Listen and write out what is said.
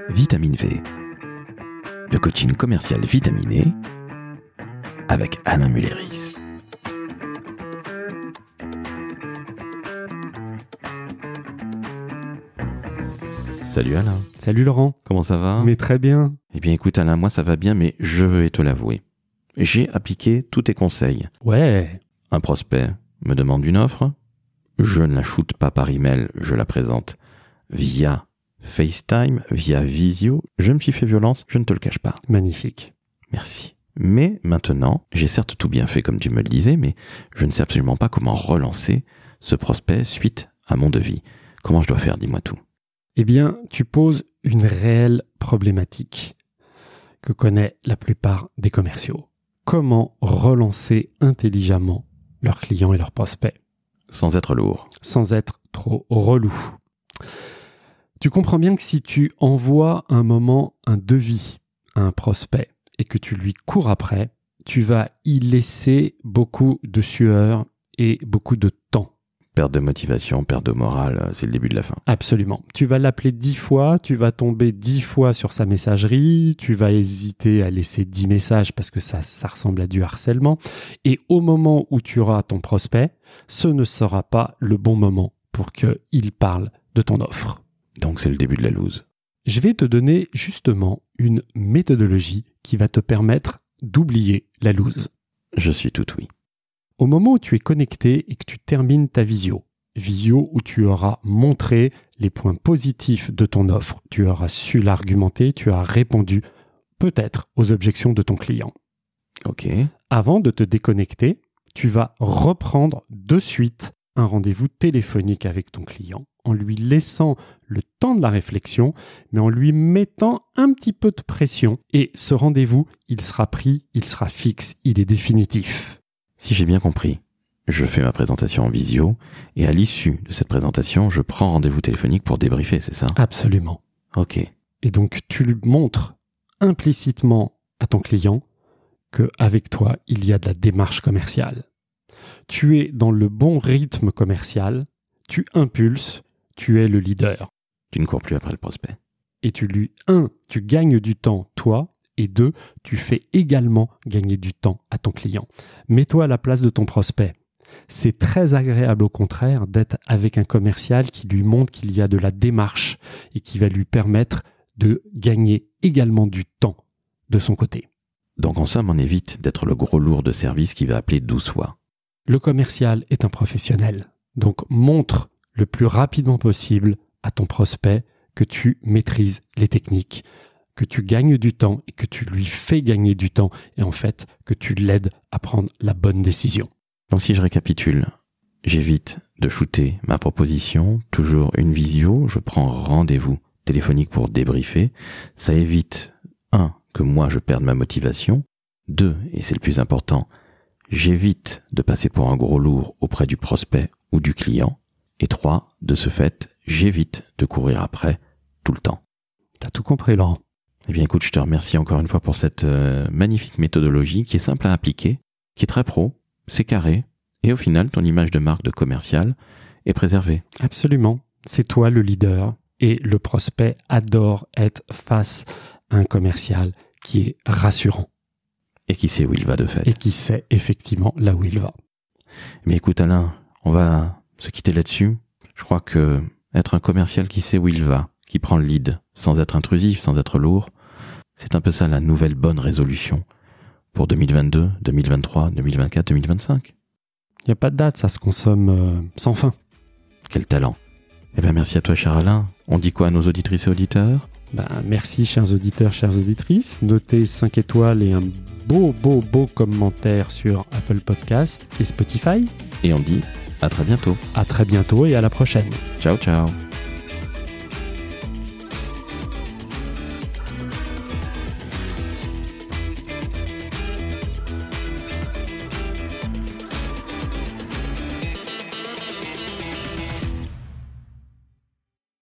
Vitamine V, le coaching commercial vitaminé avec Alain Mulleris. Salut Alain. Salut Laurent. Comment ça va ? Mais très bien. Eh bien écoute Alain, moi ça va bien, mais je vais te l'avouer. J'ai appliqué tous tes conseils. Ouais. Un prospect me demande une offre. Je ne la shoote pas par email, je la présente via FaceTime, via Visio. Je me suis fait violence, je ne te le cache pas. Magnifique. Merci. Mais maintenant, j'ai certes tout bien fait comme tu me le disais, mais je ne sais absolument pas comment relancer ce prospect suite à mon devis. Comment je dois faire, dis-moi tout. Eh bien, tu poses une réelle problématique que connaît la plupart des commerciaux. Comment relancer intelligemment leurs clients et leurs prospects ? Sans être lourd. Sans être trop relou. Tu comprends bien que si tu envoies un moment un devis à un prospect et que tu lui cours après, tu vas y laisser beaucoup de sueur et beaucoup de temps. Perte de motivation, perte de morale, c'est le début de la fin. Absolument. Tu vas l'appeler 10 fois, tu vas tomber 10 fois sur sa messagerie, tu vas hésiter à laisser 10 messages parce que ça ressemble à du harcèlement. Et au moment où tu auras ton prospect, ce ne sera pas le bon moment pour qu'il parle de ton offre. Donc c'est le début de la loose. Je vais te donner justement une méthodologie qui va te permettre d'oublier la loose. Je suis tout oui. Au moment où tu es connecté et que tu termines ta visio où tu auras montré les points positifs de ton offre, tu auras su l'argumenter, tu as répondu peut-être aux objections de ton client. Ok. Avant de te déconnecter, tu vas reprendre de suite un rendez-vous téléphonique avec ton client en lui laissant le temps de la réflexion, mais en lui mettant un petit peu de pression. Et ce rendez-vous, il sera pris, il sera fixe, il est définitif. Si j'ai bien compris, je fais ma présentation en visio et à l'issue de cette présentation, je prends rendez-vous téléphonique pour débriefer, c'est ça ? Absolument. Ok. Et donc, tu lui montres implicitement à ton client qu'avec toi, il y a de la démarche commerciale. Tu es dans le bon rythme commercial, tu impulses, tu es le leader. Tu ne cours plus après le prospect. Et tu gagnes du temps, toi, et 2, tu fais également gagner du temps à ton client. Mets-toi à la place de ton prospect. C'est très agréable au contraire d'être avec un commercial qui lui montre qu'il y a de la démarche et qui va lui permettre de gagner également du temps de son côté. Donc en somme, on évite d'être le gros lourd de service qui va appeler d'où soit. Le commercial est un professionnel. Donc montre le plus rapidement possible à ton prospect que tu maîtrises les techniques, que tu gagnes du temps et que tu lui fais gagner du temps et en fait que tu l'aides à prendre la bonne décision. Donc si je récapitule, j'évite de shooter ma proposition, toujours une visio, je prends rendez-vous téléphonique pour débriefer. Ça évite, 1, que moi je perde ma motivation, 2, et c'est le plus important, j'évite de passer pour un gros lourd auprès du prospect ou du client, et 3, de ce fait, j'évite de courir après tout le temps. T'as tout compris, Laurent. Eh bien écoute, je te remercie encore une fois pour cette magnifique méthodologie qui est simple à appliquer, qui est très pro, c'est carré, et au final, ton image de marque de commercial est préservée. Absolument, c'est toi le leader, et le prospect adore être face à un commercial qui est rassurant. Et qui sait où il va de fait. Et qui sait effectivement là où il va. Mais écoute Alain, on va se quitter là-dessus. Je crois que être un commercial qui sait où il va, qui prend le lead, sans être intrusif, sans être lourd, c'est un peu ça la nouvelle bonne résolution pour 2022, 2023, 2024, 2025. Il n'y a pas de date, ça se consomme sans fin. Quel talent. Eh bien merci à toi cher Alain. On dit quoi à nos auditrices et auditeurs ? Merci chers auditeurs, chères auditrices. Notez 5 étoiles et un beau commentaire sur Apple Podcast et Spotify. Et on dit à très bientôt. À très bientôt et à la prochaine. Ciao ciao.